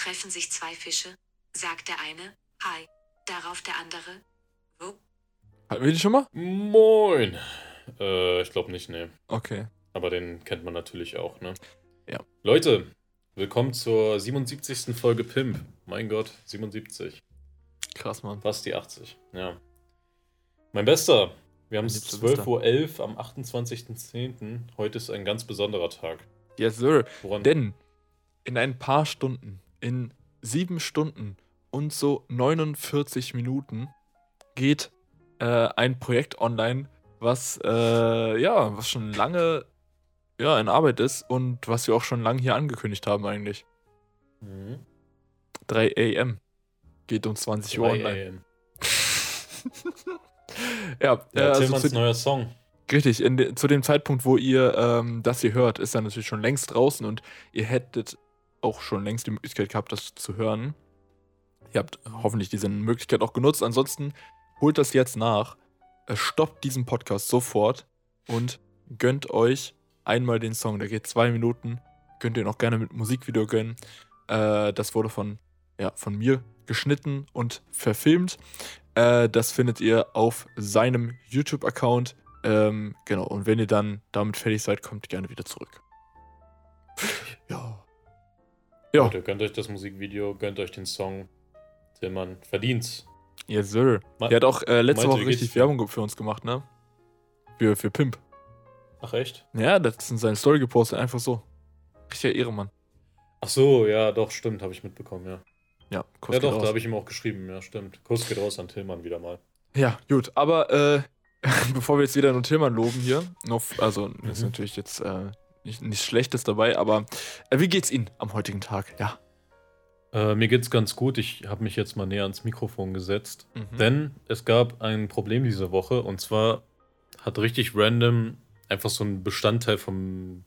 treffen sich zwei Fische, sagt der eine, hi, darauf der andere, wo? Hatten wir die schon mal? Moin. Ich glaube nicht, ne. Okay. Aber den kennt man natürlich auch, ne? Ja. Leute, willkommen zur 77. Folge Pimp. Mein Gott, 77. Krass, Mann. Fast die 80, ja. Mein Bester, wir haben es Mein liebster 12:11 Uhr am 28.10. Heute ist ein ganz besonderer Tag. Yes, sir. Woran? Denn in ein paar Stunden, in 7 Stunden und so 49 Minuten geht ein Projekt online, was schon lange in Arbeit ist und was wir auch schon lange hier angekündigt haben eigentlich. Mhm. 3 AM geht um 20 Uhr 3 online. AM. Ja, Tillmanns also neuer Song. richtig, zu dem Zeitpunkt, wo ihr das hier hört, ist er natürlich schon längst draußen und ihr hättet auch schon längst die Möglichkeit gehabt, das zu hören. Ihr habt hoffentlich diese Möglichkeit auch genutzt. Ansonsten holt das jetzt nach, stoppt diesen Podcast sofort und gönnt euch einmal den Song. Der geht 2 Minuten. Könnt ihr noch gerne mit Musikvideo gönnen. Das wurde von mir geschnitten und verfilmt. Das findet ihr auf seinem YouTube-Account. Genau, und wenn ihr dann damit fertig seid, kommt gerne wieder zurück. Ja. Leute, gönnt euch das Musikvideo, gönnt euch den Song. Tillmann verdient's. Yes, sir. Der hat auch letzte Malte, Woche wie geht's richtig dir? Werbung für uns gemacht, ne? Für Pimp. Ach echt? Ja, das ist in seine Story gepostet, einfach so. Richtiger Ehrenmann. Ach so, ja, doch, stimmt, habe ich mitbekommen, ja. Ja, Kuss Ja geht doch, raus. da habe ich ihm auch geschrieben, ja, stimmt. Kuss geht raus an Tillmann wieder mal. Ja, gut, aber bevor wir jetzt wieder nur Tillmann loben hier, ist natürlich jetzt nichts Schlechtes dabei, aber wie geht's Ihnen am heutigen Tag? Ja. Mir geht's ganz gut. Ich habe mich jetzt mal näher ans Mikrofon gesetzt. Mhm. Denn es gab ein Problem diese Woche. Und zwar hat richtig random einfach so ein Bestandteil vom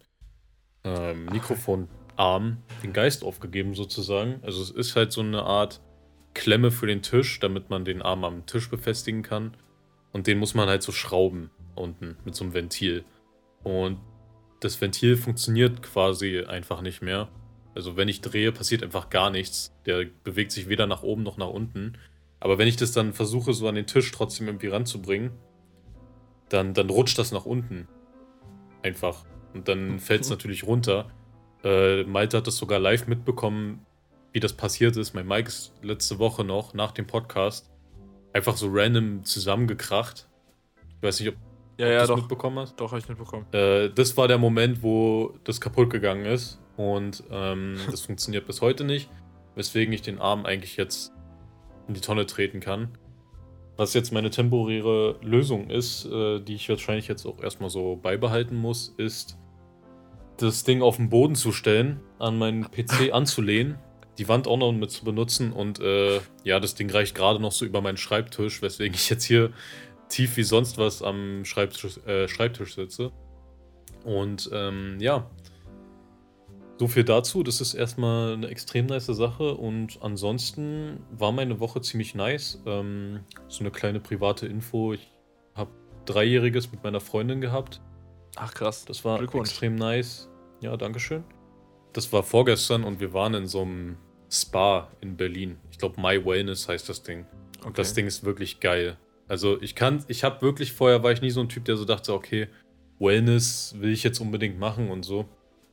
Mikrofonarm den Geist aufgegeben sozusagen. Also es ist halt so eine Art Klemme für den Tisch, damit man den Arm am Tisch befestigen kann. Und den muss man halt so schrauben unten mit so einem Ventil. Und das Ventil funktioniert quasi einfach nicht mehr. Also wenn ich drehe, passiert einfach gar nichts. Der bewegt sich weder nach oben noch nach unten. Aber wenn ich das dann versuche, so an den Tisch trotzdem irgendwie ranzubringen, dann rutscht das nach unten. Einfach. Und dann fällt es natürlich runter. Malte hat das sogar live mitbekommen, wie das passiert ist. Mein Mic ist letzte Woche noch, nach dem Podcast, einfach so random zusammengekracht. Ich weiß nicht, ob du das doch. mitbekommen hast. Doch, habe ich mitbekommen. Das war der Moment, wo das kaputt gegangen ist. Und das funktioniert bis heute nicht. Weswegen ich den Arm eigentlich jetzt in die Tonne treten kann. Was jetzt meine temporäre Lösung ist, die ich wahrscheinlich jetzt auch erstmal so beibehalten muss, ist, das Ding auf den Boden zu stellen, an meinen PC anzulehnen, die Wand auch noch mit zu benutzen und das Ding reicht gerade noch so über meinen Schreibtisch, weswegen ich jetzt hier tief wie sonst was am Schreibtisch sitze. Und so viel dazu. Das ist erstmal eine extrem nice Sache und ansonsten war meine Woche ziemlich nice. So eine kleine private Info. Ich habe 3-Jähriges mit meiner Freundin gehabt. Ach krass. Das war Glückwunsch. extrem nice. Ja, dankeschön. Das war vorgestern und wir waren in so einem Spa in Berlin. Ich glaube, My Wellness heißt das Ding. Okay. Und das Ding ist wirklich geil. Also habe wirklich, vorher war ich nie so ein Typ, der so dachte, okay, Wellness will ich jetzt unbedingt machen und so.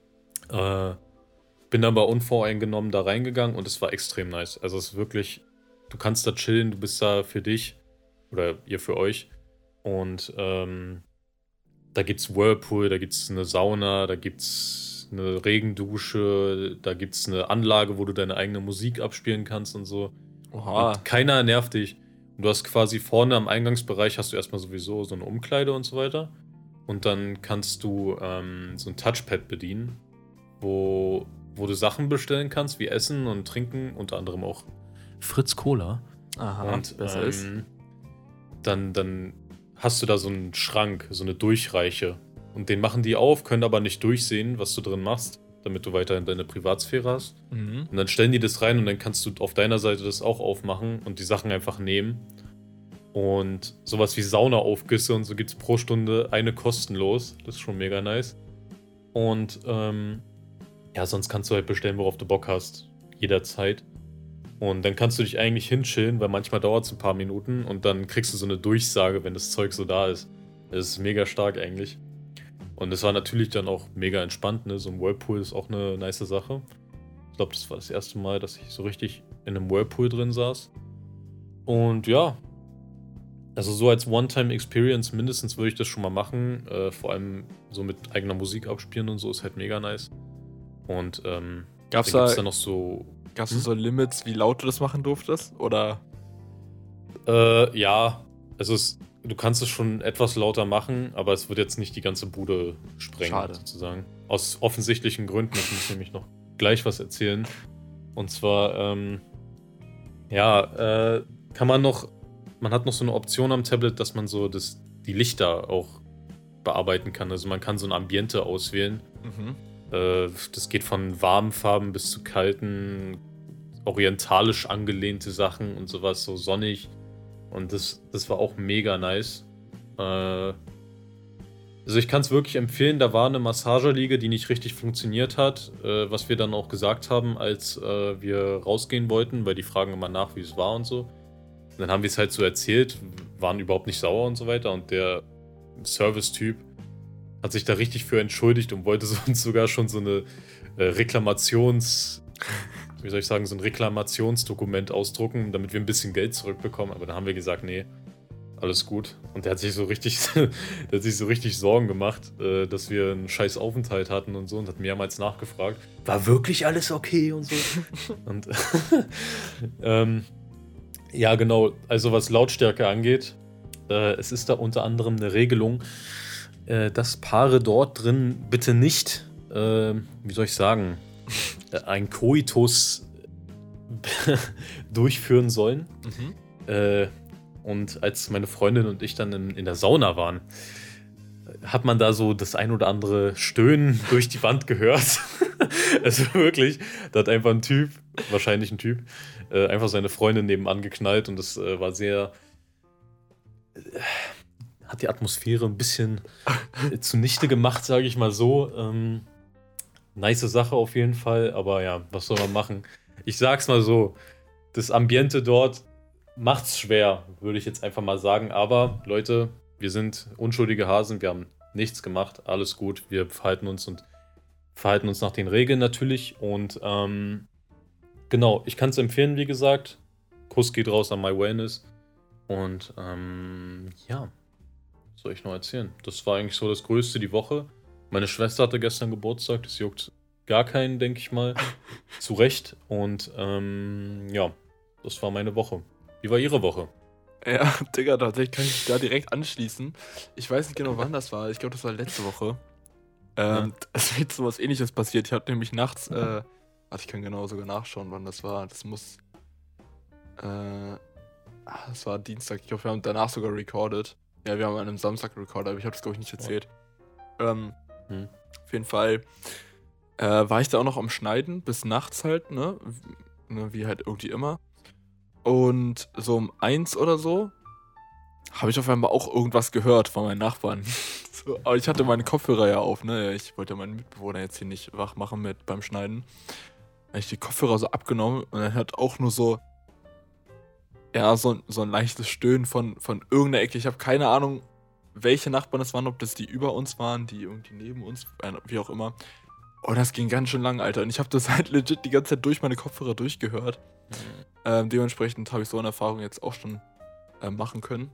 Bin aber unvoreingenommen da reingegangen und es war extrem nice. Also es ist wirklich, du kannst da chillen, du bist da für dich oder ihr für euch. Und da gibt's Whirlpool, da gibt's eine Sauna, da gibt's eine Regendusche, da gibt's eine Anlage, wo du deine eigene Musik abspielen kannst und so. Oha. Und keiner nervt dich. Und du hast quasi vorne am Eingangsbereich hast du erstmal sowieso so eine Umkleide und so weiter. Und dann kannst du so ein Touchpad bedienen, wo du Sachen bestellen kannst, wie Essen und Trinken, unter anderem auch Fritz Cola. Aha, Und besser ist. dann hast du da so einen Schrank, so eine Durchreiche. Und den machen die auf, können aber nicht durchsehen, was du drin machst, damit du weiterhin deine Privatsphäre hast. Mhm. Und dann stellen die das rein und dann kannst du auf deiner Seite das auch aufmachen und die Sachen einfach nehmen. Und sowas wie Saunaaufgüsse und so gibt es pro Stunde eine kostenlos. Das ist schon mega nice. Und sonst kannst du halt bestellen, worauf du Bock hast. jederzeit. Und dann kannst du dich eigentlich hinchillen, weil manchmal dauert es ein paar Minuten und dann kriegst du so eine Durchsage, wenn das Zeug so da ist. Das ist mega stark eigentlich. Und es war natürlich dann auch mega entspannt, ne? So ein Whirlpool ist auch eine nice Sache. Ich glaube, das war das erste Mal, dass ich so richtig in einem Whirlpool drin saß. Und ja, also so als One-Time-Experience mindestens würde ich das schon mal machen. Vor allem so mit eigener Musik abspielen und so ist halt mega nice. Und Gab's dann da, gibt's dann noch so... gab's da so Limits, wie laut du das machen durftest? Oder? Ja, also du kannst es schon etwas lauter machen, aber es wird jetzt nicht die ganze Bude sprengen, Schade. sozusagen. Aus offensichtlichen Gründen. Ich muss nämlich noch gleich was erzählen. Und zwar, man hat noch so eine Option am Tablet, dass man so die Lichter auch bearbeiten kann. Also man kann so ein Ambiente auswählen. Mhm. Das geht von warmen Farben bis zu kalten, orientalisch angelehnte Sachen und sowas, so sonnig. Und das war auch mega nice. Also ich kann es wirklich empfehlen, da war eine Massageliege, die nicht richtig funktioniert hat, was wir dann auch gesagt haben, als wir rausgehen wollten, weil die fragen immer nach, wie es war und so. Und dann haben wir es halt so erzählt, waren überhaupt nicht sauer und so weiter und der Service-Typ hat sich da richtig für entschuldigt und wollte uns sogar schon so eine wie soll ich sagen, so ein Reklamationsdokument ausdrucken, damit wir ein bisschen Geld zurückbekommen. Aber dann haben wir gesagt, nee, alles gut. Und der hat sich so richtig Sorgen gemacht, dass wir einen scheiß Aufenthalt hatten und so und hat mehrmals nachgefragt. War wirklich alles okay und so? Und ja, genau. Also was Lautstärke angeht, es ist da unter anderem eine Regelung, dass Paare dort drin bitte nicht, wie soll ich sagen, ein Koitus durchführen sollen. Mhm. Und als meine Freundin und ich dann in der Sauna waren, hat man da so das ein oder andere Stöhnen durch die Wand gehört. Also wirklich, da hat einfach wahrscheinlich ein Typ, einfach seine Freundin nebenan geknallt und das war sehr... hat die Atmosphäre ein bisschen zunichte gemacht, sage ich mal so. Nice Sache auf jeden Fall, aber ja, was soll man machen? Ich sag's mal so, das Ambiente dort macht's schwer, würde ich jetzt einfach mal sagen, aber Leute, wir sind unschuldige Hasen, wir haben nichts gemacht, alles gut, wir verhalten uns nach den Regeln natürlich und genau, ich kann es empfehlen, wie gesagt, Kuss geht raus an My Wellness und ja, was soll ich noch erzählen? Das war eigentlich so das Größte die Woche. Meine Schwester hatte gestern Geburtstag, das juckt gar keinen, denke ich mal. Zu Recht. Und ja, das war meine Woche. Wie war Ihre Woche? Ja, Digga, tatsächlich kann ich mich da direkt anschließen. Ich weiß nicht genau, wann das war. Ich glaube, das war letzte Woche. Es ist jetzt so was Ähnliches passiert. Ich hatte nämlich nachts, warte, ich kann genau sogar nachschauen, wann das war. Das muss, das war Dienstag. Ich glaube, wir haben danach sogar recorded. Ja, wir haben an einem Samstag recorded, aber ich habe das, glaube ich, nicht erzählt. Auf jeden Fall war ich da auch noch am Schneiden, bis nachts halt, ne? Wie halt irgendwie immer. Und so um 1 oder so habe ich auf einmal auch irgendwas gehört von meinen Nachbarn. So, aber ich hatte meine Kopfhörer ja auf, ne? Ich wollte meinen Mitbewohner jetzt hier nicht wach machen beim Schneiden. Dann habe ich die Kopfhörer so abgenommen und dann hat auch nur so, ja, so ein leichtes Stöhnen von irgendeiner Ecke. Ich habe keine Ahnung, welche Nachbarn es waren, ob das die über uns waren, die irgendwie neben uns, wie auch immer. Oh, das ging ganz schön lang, Alter. Und ich habe das halt legit die ganze Zeit durch meine Kopfhörer durchgehört. Dementsprechend habe ich so eine Erfahrung jetzt auch schon machen können.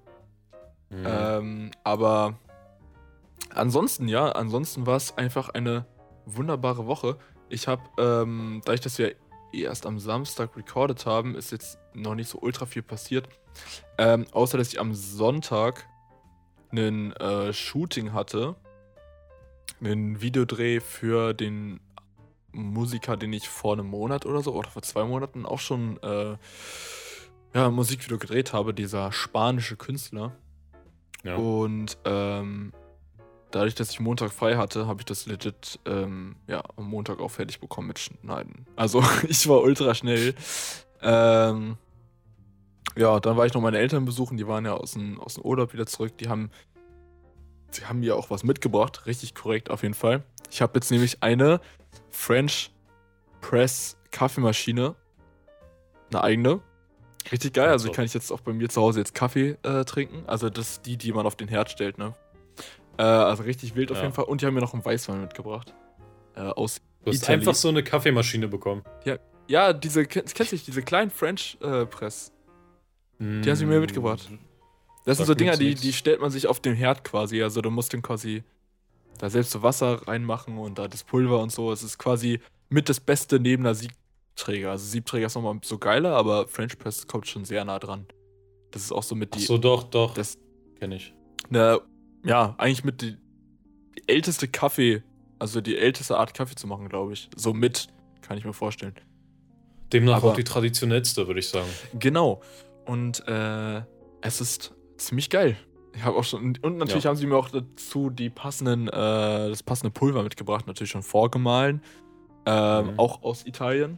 Aber ansonsten war es einfach eine wunderbare Woche. Ich habe, dadurch, dass wir erst am Samstag recorded haben, ist jetzt noch nicht so ultra viel passiert. Außer, dass ich am Sonntag einen Shooting hatte, einen Videodreh für den Musiker, den ich vor einem Monat oder so, oder vor 2 Monaten auch schon ein Musikvideo gedreht habe, dieser spanische Künstler. Ja. Und dadurch, dass ich Montag frei hatte, habe ich das legit am Montag auch fertig bekommen mit Schneiden. Also ich war ultra schnell. Ja, dann war ich noch meine Eltern besuchen, die waren ja aus dem Urlaub wieder zurück. Sie haben mir auch was mitgebracht, richtig korrekt auf jeden Fall. Ich habe jetzt nämlich eine French Press Kaffeemaschine. Eine eigene. Richtig geil, also kann ich jetzt auch bei mir zu Hause jetzt Kaffee trinken. Also das ist die man auf den Herd stellt, ne? Also richtig wild auf jeden Fall. Und die haben mir noch einen Weißwein mitgebracht. Aus Du hast Italien. einfach so eine Kaffeemaschine bekommen. Ja, kennst du nicht, diese kleinen French Press. Die haben sie mir mitgebracht. Das sind so Sagt mir Dinger, jetzt die stellt man sich auf den Herd quasi. Also du musst den quasi da selbst so Wasser reinmachen und da das Pulver und so. Es ist quasi mit das Beste neben einer Siebträger. Also Siebträger ist nochmal so geiler, aber French Press kommt schon sehr nah dran. Das ist auch so mit Ach so, doch. Das, Kenn ich. ja, eigentlich mit die älteste Kaffee, also die älteste Art Kaffee zu machen, glaube ich. So mit, kann ich mir vorstellen. Demnach Aber- auch die traditionellste, würde ich sagen. Genau. Und es ist ziemlich geil. Ich habe auch schon. Und natürlich haben sie mir auch dazu das passende Pulver mitgebracht, natürlich schon vorgemahlen. Auch aus Italien.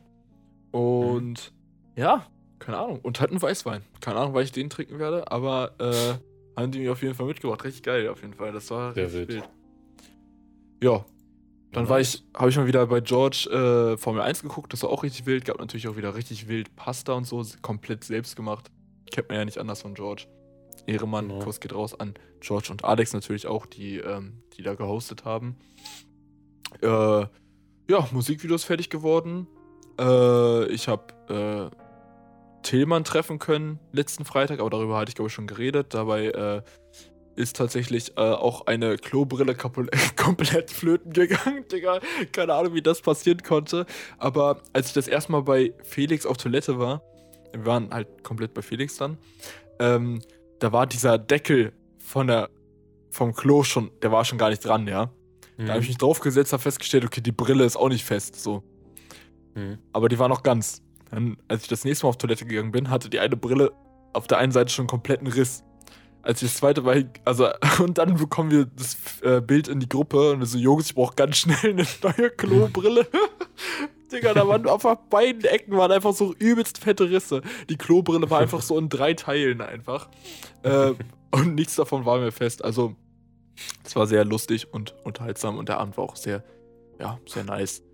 Und ja, keine Ahnung. Und halt ein Weißwein. Keine Ahnung, weil ich den trinken werde, aber haben die mir auf jeden Fall mitgebracht. Richtig geil, auf jeden Fall. Das war Sehr richtig wild. wild. Ja. Dann habe ich mal wieder bei George Formel 1 geguckt, das war auch richtig wild, gab natürlich auch wieder richtig wild Pasta und so, komplett selbst gemacht. Kennt man ja nicht anders von George. Ehremann, Genau. Kuss geht raus an George und Alex natürlich auch, die da gehostet haben. Ja, Musikvideos fertig geworden. Ich habe Tillmann treffen können letzten Freitag, aber darüber hatte ich glaube ich schon geredet. Dabei ist tatsächlich auch eine Klobrille komplett flöten gegangen, Digga. Keine Ahnung, wie das passieren konnte. Aber als ich das erste Mal bei Felix auf Toilette war, wir waren halt komplett bei Felix dann, da war dieser Deckel vom Klo schon, der war schon gar nicht dran, ja. Da habe ich mich draufgesetzt, habe festgestellt, okay, die Brille ist auch nicht fest, so. Aber die war noch ganz. Dann, als ich das nächste Mal auf Toilette gegangen bin, hatte die eine Brille auf der einen Seite schon einen kompletten Riss. Als ich das zweite Mal, und dann bekommen wir das Bild in die Gruppe und wir so, Jungs, ich brauche ganz schnell eine neue Klobrille. Digga, da waren auf beiden Ecken waren einfach so übelst fette Risse. Die Klobrille war einfach so in 3 Teilen einfach. Und nichts davon war mir fest. Also, es war sehr lustig und unterhaltsam und der Abend war auch sehr nice.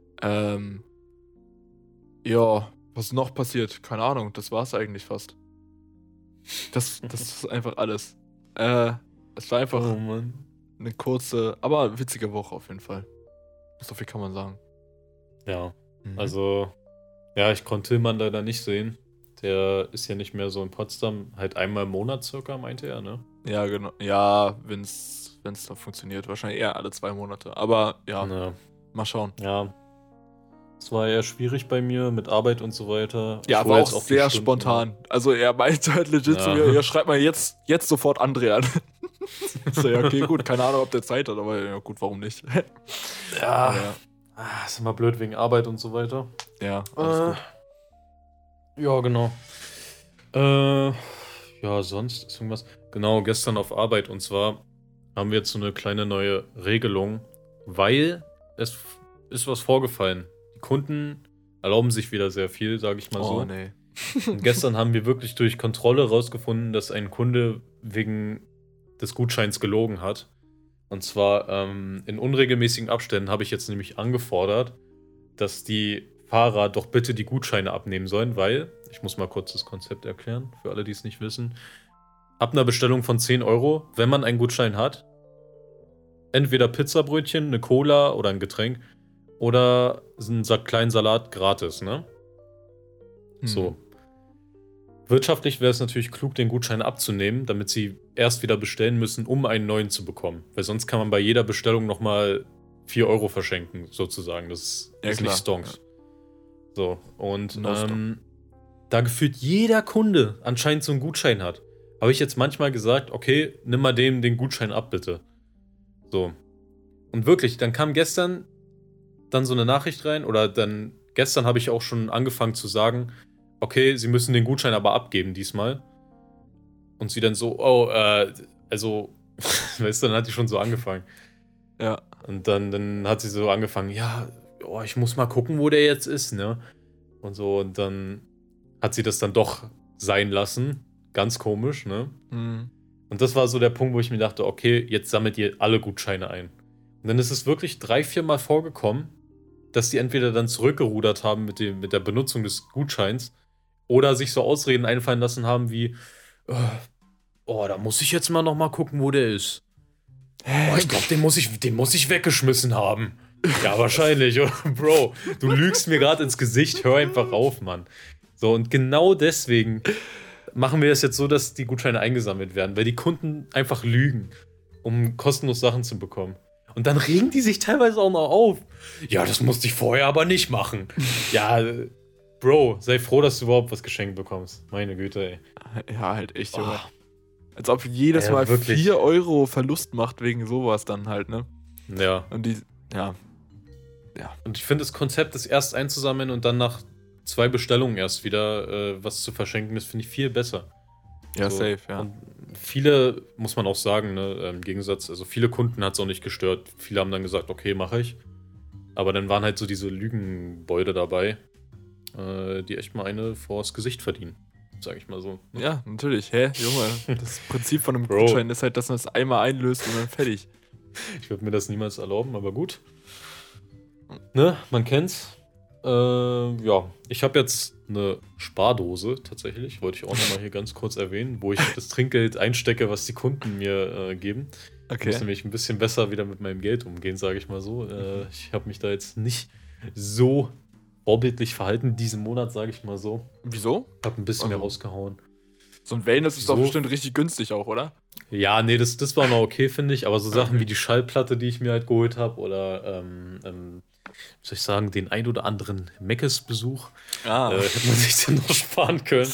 Ja, was noch passiert? Keine Ahnung, das war's eigentlich fast. Das ist einfach alles. Es war einfach Oh Mann. eine kurze, aber witzige Woche auf jeden Fall. So viel kann man sagen. Ja, also, ja, ich konnte Tillmann leider nicht sehen. Der ist ja nicht mehr so in Potsdam, halt einmal im Monat circa, meinte er, ne? Ja, genau. Ja, wenn's da funktioniert. Wahrscheinlich eher alle 2 Monate. Aber ja, mal schauen. Ja. Es war eher schwierig bei mir mit Arbeit und so weiter. Ja, Ich war aber jetzt auch auf die sehr Stunden- spontan. Also er meinte halt legit zu mir, ja, schreibt mal jetzt sofort André an. So, ja, okay, gut, keine Ahnung, ob der Zeit hat, aber ja gut, warum nicht? Ja, Ja, ist immer blöd wegen Arbeit und so weiter. ja, alles gut. Ja, genau. Ja, sonst ist irgendwas. Genau, gestern auf Arbeit und zwar haben wir jetzt so eine kleine neue Regelung, weil es ist was vorgefallen. Die Kunden erlauben sich wieder sehr viel, sage ich mal so. Oh, nee. Und gestern haben wir wirklich durch Kontrolle rausgefunden, dass ein Kunde wegen des Gutscheins gelogen hat. Und zwar in unregelmäßigen Abständen habe ich jetzt nämlich angefordert, dass die Fahrer doch bitte die Gutscheine abnehmen sollen, weil, ich muss mal kurz das Konzept erklären, für alle, die es nicht wissen, ab einer Bestellung von 10 Euro, wenn man einen Gutschein hat, entweder Pizzabrötchen, eine Cola oder ein Getränk oder einen kleinen Salat gratis, ne? So. Wirtschaftlich wäre es natürlich klug, den Gutschein abzunehmen, damit sie erst wieder bestellen müssen, um einen neuen zu bekommen. Weil sonst kann man bei jeder Bestellung nochmal 4 Euro verschenken, sozusagen. Das Ja, ist nicht klar. Stonks. So, und No Stonk. da gefühlt jeder Kunde anscheinend so einen Gutschein hat, habe ich jetzt manchmal gesagt, okay, nimm mal dem den Gutschein ab, bitte. So. Und wirklich, dann kam gestern dann so eine Nachricht rein, oder dann gestern habe ich auch schon angefangen zu sagen, okay, sie müssen den Gutschein aber abgeben diesmal. Und sie dann so, also, weißt du, dann hat die schon so angefangen. Ja. Und dann hat sie so angefangen, ja, ich muss mal gucken, wo der jetzt ist, ne? Und so, und dann hat sie das dann doch sein lassen. Ganz komisch, ne? Und das war so der Punkt, wo ich mir dachte, okay, jetzt sammelt ihr alle Gutscheine ein. Und dann ist es wirklich 3-4 Mal vorgekommen, dass die entweder dann zurückgerudert haben mit der Benutzung des Gutscheins oder sich so Ausreden einfallen lassen haben wie, da muss ich jetzt mal noch mal gucken, wo der ist. Ich glaube, den muss ich weggeschmissen haben. Ja, wahrscheinlich. Bro, du lügst mir gerade ins Gesicht. Hör einfach auf, Mann. So, und genau deswegen machen wir es jetzt so, dass die Gutscheine eingesammelt werden, weil die Kunden einfach lügen, um kostenlos Sachen zu bekommen. Und dann regen die sich teilweise auch noch auf. Ja, das musste ich vorher aber nicht machen. Ja, Bro, sei froh, dass du überhaupt was geschenkt bekommst. Meine Güte, ey. Ja, halt echt, Junge. Als ob jedes Mal wirklich. 4 Euro Verlust macht wegen sowas dann halt, ne? Ja. Und ja. Und ich finde, das Konzept, das erst einzusammeln und dann nach 2 Bestellungen erst wieder was zu verschenken, das finde ich viel besser. Ja, so. safe, ja. Und viele, muss man auch sagen, ne, im Gegensatz, also viele Kunden hat es auch nicht gestört. Viele haben dann gesagt, okay, mache ich. Aber dann waren halt so diese Lügenbeute dabei, die echt mal eine vors Gesicht verdienen. Sag ich mal so. Ja, natürlich. Hä, Junge, das Prinzip von einem Bro. Gutschein ist halt, dass man es einmal einlöst und dann fertig. Ich würde mir das niemals erlauben, aber gut. Ne, man kennt's. Ja, ich habe jetzt eine Spardose tatsächlich, wollte ich auch nochmal hier ganz kurz erwähnen, wo ich das Trinkgeld einstecke, was die Kunden mir geben. Ich muss nämlich ein bisschen besser wieder mit meinem Geld umgehen, sage ich mal so. Ich habe mich da jetzt nicht so vorbildlich verhalten diesen Monat, sage ich mal so. Wieso? Hab ein bisschen mehr rausgehauen. So ein Wellness ist So. doch bestimmt richtig günstig auch, oder? Ja, nee, das war noch okay, finde ich. Aber so Sachen wie die Schallplatte, die ich mir halt geholt habe, oder, wie soll ich sagen, den ein oder anderen Meckes-Besuch, hätte man sich dann noch sparen können.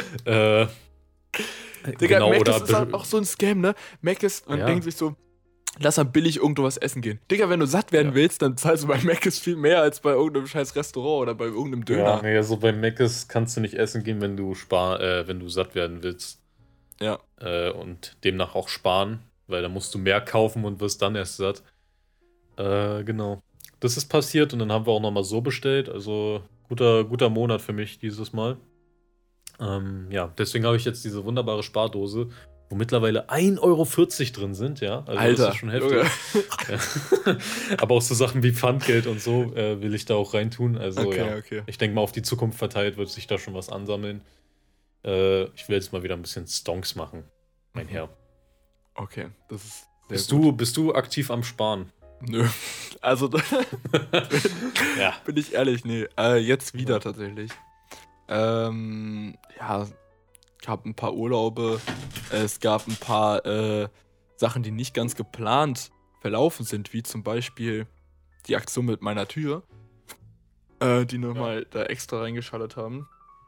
Digga, genau, Meckes oder ist halt auch so ein Scam, ne? Meckes, man denkt sich so, lass mal billig irgendwo was essen gehen. Digga, wenn du satt werden willst, dann zahlst du bei Meckes viel mehr als bei irgendeinem scheiß Restaurant oder bei irgendeinem Döner. Ja, nee, also bei Meckes kannst du nicht essen gehen, wenn du satt werden willst. Ja. Und demnach auch sparen, weil da musst du mehr kaufen und wirst dann erst satt. Genau. Das ist passiert und dann haben wir auch nochmal so bestellt. Also guter Monat für mich dieses Mal. Ja, deswegen habe ich jetzt diese wunderbare Spardose, wo mittlerweile 1,40 Euro drin sind, ja. Also Alter, das ist schon heftig. Ja. Aber auch so Sachen wie Pfandgeld und so will ich da auch reintun. Also Okay. ich denke mal, auf die Zukunft verteilt wird sich da schon was ansammeln. Ich will jetzt mal wieder ein bisschen Stonks machen, mein Herr. Okay, das ist sehr gut. Bist du aktiv am Sparen? Nö. Also, Ja. bin ich ehrlich, nee. Jetzt wieder tatsächlich. Ja, gab ein paar Urlaube. Es gab ein paar Sachen, die nicht ganz geplant verlaufen sind, wie zum Beispiel die Aktion mit meiner Tür, die nochmal da extra reingeschaltet haben.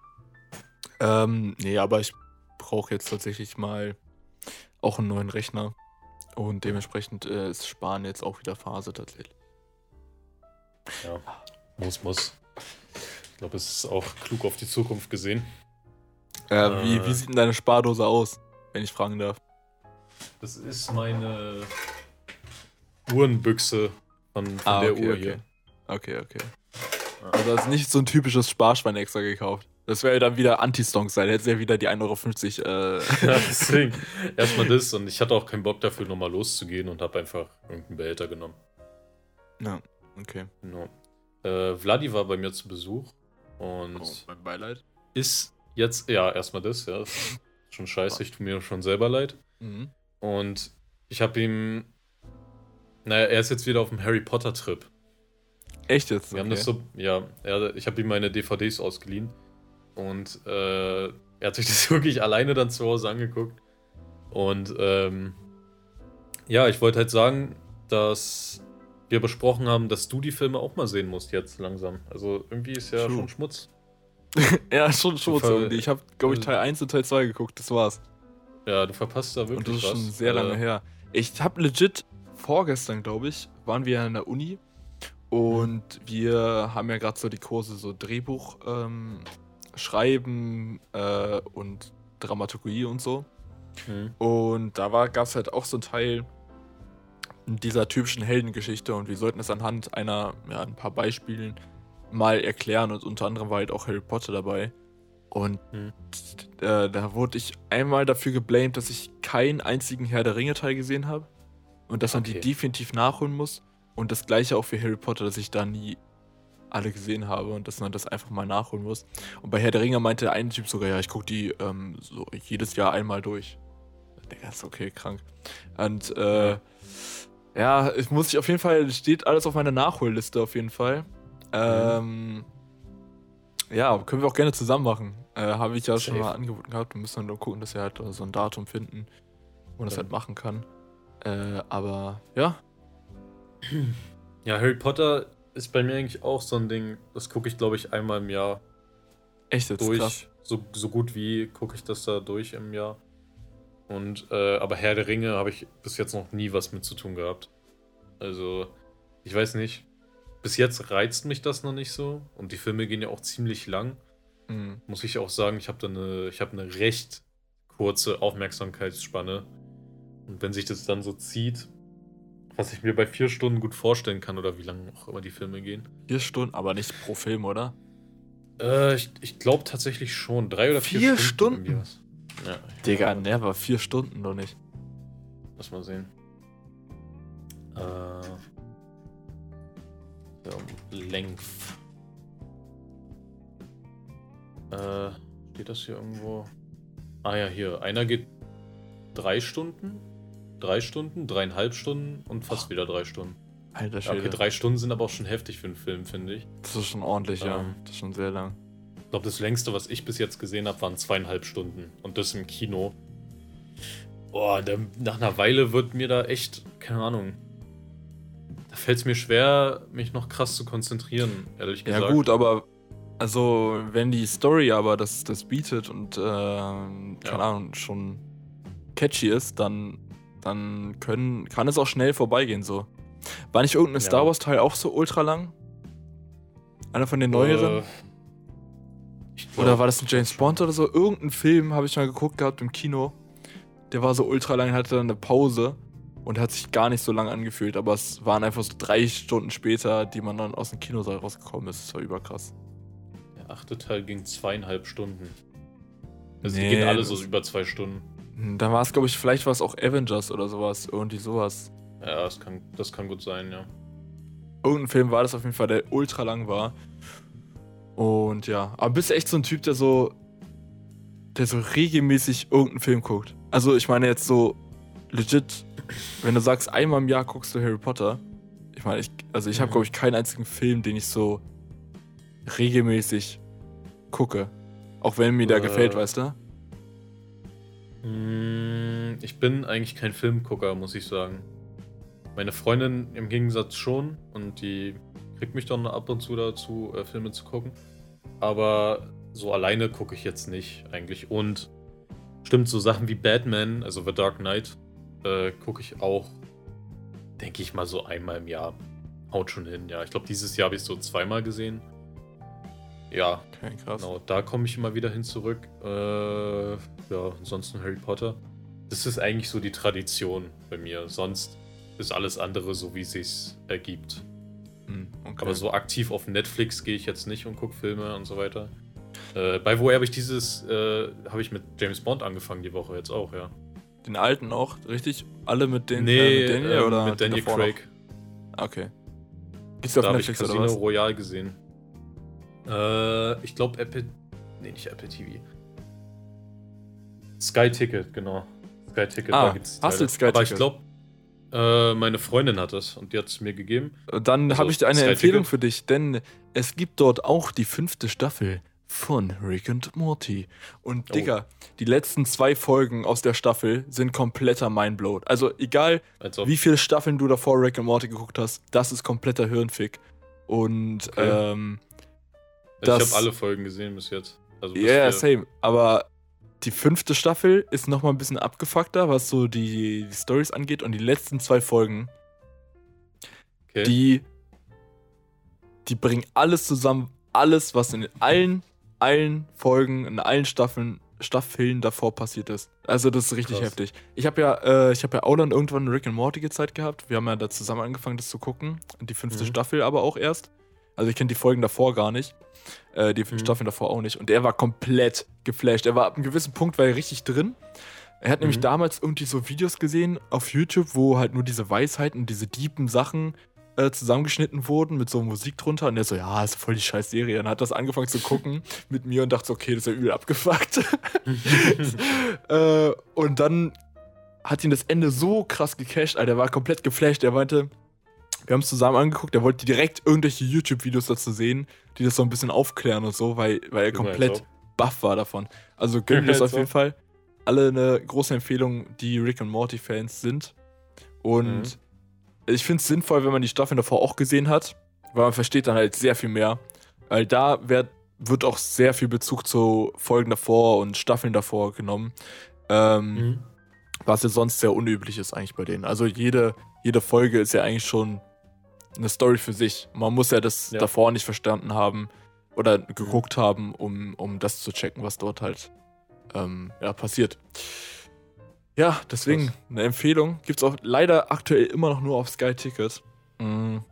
Nee, aber ich brauche jetzt tatsächlich mal auch einen neuen Rechner. Und dementsprechend ist Sparen jetzt auch wieder Phase tatsächlich. Ja, muss. Ich glaube, es ist auch klug auf die Zukunft gesehen. Wie sieht denn deine Spardose aus, wenn ich fragen darf? Das ist meine Uhrenbüchse von der Uhr hier. Okay. Also das ist nicht so ein typisches Sparschwein extra gekauft. Das wäre ja dann wieder Anti-Stonks sein. Hättest ja wieder die 1,50 Euro. Ja, deswegen. Erstmal das und ich hatte auch keinen Bock dafür, nochmal loszugehen und habe einfach irgendeinen Behälter genommen. Ja, okay. Genau. Vladi war bei mir zu Besuch und mein Beileid. ist jetzt, ja, erstmal das, ja. Ist schon scheiße, ich tue mir schon selber leid. Mhm. Und ich habe ihm, er ist jetzt wieder auf dem Harry Potter Trip. Echt jetzt? Wir haben das so, ja, ich habe ihm meine DVDs ausgeliehen und er hat sich das wirklich alleine dann zu Hause angeguckt. Und ja, ich wollte halt sagen, dass wir besprochen haben, dass du die Filme auch mal sehen musst jetzt langsam. Also irgendwie ist ja schon Schmutz. Ja, schon irgendwie. Ich habe, glaube ich, Teil 1 und Teil 2 geguckt, das war's. Ja, du verpasst da wirklich und das ist was. schon sehr lange her. Ich habe legit vorgestern, glaube ich, waren wir in der Uni und wir haben ja gerade so die Kurse so Drehbuch schreiben und Dramaturgie und so. Und da gab es halt auch so ein Teil dieser typischen Heldengeschichte und wir sollten es anhand ein paar Beispielen mal erklären und unter anderem war halt auch Harry Potter dabei. Und da wurde ich einmal dafür geblamed, dass ich keinen einzigen Herr der Ringe-Teil gesehen habe und dass man die definitiv nachholen muss. Und das gleiche auch für Harry Potter, dass ich da nie alle gesehen habe und dass man das einfach mal nachholen muss. Und bei Herr der Ringe meinte der eine Typ sogar, ja, ich gucke die so jedes Jahr einmal durch. Digga, ist okay, krank. Und ja, es muss ich auf jeden Fall, steht alles auf meiner Nachholliste auf jeden Fall. Ja, können wir auch gerne zusammen machen. Habe ich ja schon mal angeboten gehabt. Wir müssen dann nur gucken, dass wir halt so ein Datum finden, wo man das halt machen kann. Aber ja. Ja, Harry Potter ist bei mir eigentlich auch so ein Ding, das gucke ich, glaube ich, einmal im Jahr Echt jetzt durch. krass. So gut wie gucke ich das da durch im Jahr. Und, aber Herr der Ringe habe ich bis jetzt noch nie was mit zu tun gehabt. Also, ich weiß nicht. Bis jetzt reizt mich das noch nicht so. Und die Filme gehen ja auch ziemlich lang. Muss ich auch sagen, ich habe eine recht kurze Aufmerksamkeitsspanne. Und wenn sich das dann so zieht, was ich mir bei 4 Stunden gut vorstellen kann, oder wie lange auch immer die Filme gehen. 4 Stunden, aber nicht pro Film, oder? Ich glaube tatsächlich schon. 3 oder 4 4 Stunden. Stunden? Ja, Digga, never. 4 Stunden doch nicht. Lass mal sehen. Length. Steht das hier irgendwo? Ah ja, hier. Einer geht 3 Stunden, 3 Stunden, 3,5 Stunden und fast wieder 3 Stunden. Alter Ja, Schwede. okay, 3 Stunden sind aber auch schon heftig für einen Film, finde ich. Das ist schon ordentlich, ja. Ähm. Das ist schon sehr lang. Ich glaube, das längste, was ich bis jetzt gesehen habe, waren 2,5 Stunden. Und das im Kino. Boah, nach einer Weile wird mir da echt, keine Ahnung. Da fällt es mir schwer, mich noch krass zu konzentrieren, ehrlich gesagt. Ja gut, aber also wenn die Story aber das bietet und keine Ahnung, schon catchy ist, dann kann es auch schnell vorbeigehen so. War nicht irgendein Star Wars Teil auch so ultra lang? Einer von den neueren? Oder war das ein James Bond oder so? Irgendein Film habe ich mal geguckt gehabt im Kino. Der war so ultra lang, hatte dann eine Pause und hat sich gar nicht so lang angefühlt, aber es waren einfach so 3 Stunden später, die man dann aus dem Kinosaal rausgekommen ist. Das war überkrass. Der 8. Teil ging 2,5 Stunden. Also Nee, die gehen alle so über 2 Stunden. Dann war es, glaube ich, vielleicht war es auch Avengers oder sowas. Irgendwie sowas. Ja, das kann gut sein, ja. Irgendein Film war das auf jeden Fall, der ultra lang war. Und ja, aber bist du echt so ein Typ, der so regelmäßig irgendeinen Film guckt? Also ich meine jetzt so legit, wenn du sagst, einmal im Jahr guckst du Harry Potter. Ich meine, ich habe, glaube ich, keinen einzigen Film, den ich so regelmäßig gucke. Auch wenn mir der gefällt, weißt du? Ich bin eigentlich kein Filmgucker, muss ich sagen. Meine Freundin im Gegensatz schon und die kriegt mich dann ab und zu dazu, Filme zu gucken. Aber so alleine gucke ich jetzt nicht eigentlich. Und stimmt, so Sachen wie Batman, also The Dark Knight, gucke ich auch, denke ich mal, so einmal im Jahr. Haut schon hin, ja. Ich glaube, dieses Jahr habe ich so 2-mal gesehen. Ja, Okay, krass. genau, da komme ich immer wieder hin zurück. Ja, ansonsten Harry Potter. Das ist eigentlich so die Tradition bei mir. Sonst ist alles andere so, wie es sich ergibt. Okay. Aber so aktiv auf Netflix gehe ich jetzt nicht und gucke Filme und so weiter. Bei woher habe ich habe ich mit James Bond angefangen die Woche jetzt auch, ja. Den alten auch, richtig? Alle mit den Nee, mit Daniel oder mit Daniel davor noch? Craig. Okay. Gibt's auf Da habe ich Netflix oder Casino was? Royale gesehen. Ich glaube Apple... Nee, nicht Apple TV. Sky Ticket, genau. Sky Ticket, da gibt's die hast Teile. du Sky Aber ich Ticket? glaube, meine Freundin hat es und die hat es mir gegeben. Dann Also, habe ich eine Sky Empfehlung Ticket? für dich, denn es gibt dort auch die 5. Staffel von Rick and Morty. Und Oh. Digga, die letzten 2 Folgen aus der Staffel sind kompletter Mindblown. Also egal, Als ob. wie viele Staffeln du davor Rick and Morty geguckt hast, das ist kompletter Hirnfick. Und Okay. Ich das- habe alle Folgen gesehen bis jetzt. Also bis ja, wir- same. Aber die 5. Staffel ist nochmal ein bisschen abgefuckter, was so die Storys angeht. Und die letzten 2 Folgen, Okay. die bringen alles zusammen, alles, was in allen Folgen, in allen Staffeln davor passiert ist. Also das ist richtig Krass. heftig. Ich habe ja auch dann irgendwann Rick and Morty gezeigt gehabt. Wir haben ja da zusammen angefangen, das zu gucken. Und die 5. Staffel aber auch erst. Also ich kenne die Folgen davor gar nicht. Die Staffeln davor auch nicht. Und er war komplett geflasht. Er war ab einem gewissen Punkt war er richtig drin. Er hat nämlich damals irgendwie so Videos gesehen auf YouTube, wo halt nur diese Weisheiten, diese deepen Sachen zusammengeschnitten wurden mit so Musik drunter. Und der so, ja, ist voll die scheiß Serie. Und hat das angefangen zu gucken mit mir und dachte so, okay, das ist ja übel abgefuckt. Und dann hat ihn das Ende so krass gecasht, Alter. Der war komplett geflasht. Er meinte, wir haben es zusammen angeguckt, er wollte direkt irgendwelche YouTube-Videos dazu sehen, die das so ein bisschen aufklären und so, weil er komplett baff war davon. Also gönnt das auf jeden Fall. Alle eine große Empfehlung, die Rick und Morty-Fans sind. Und ich finde es sinnvoll, wenn man die Staffeln davor auch gesehen hat, weil man versteht dann halt sehr viel mehr. Weil da wird auch sehr viel Bezug zu Folgen davor und Staffeln davor genommen. Was ja sonst sehr unüblich ist eigentlich bei denen. Also jede Folge ist ja eigentlich schon eine Story für sich. Man muss ja das davor nicht verstanden haben oder geguckt haben, um das zu checken, was dort halt passiert. Ja, deswegen eine Empfehlung. Gibt's auch leider aktuell immer noch nur auf Sky Ticket. Und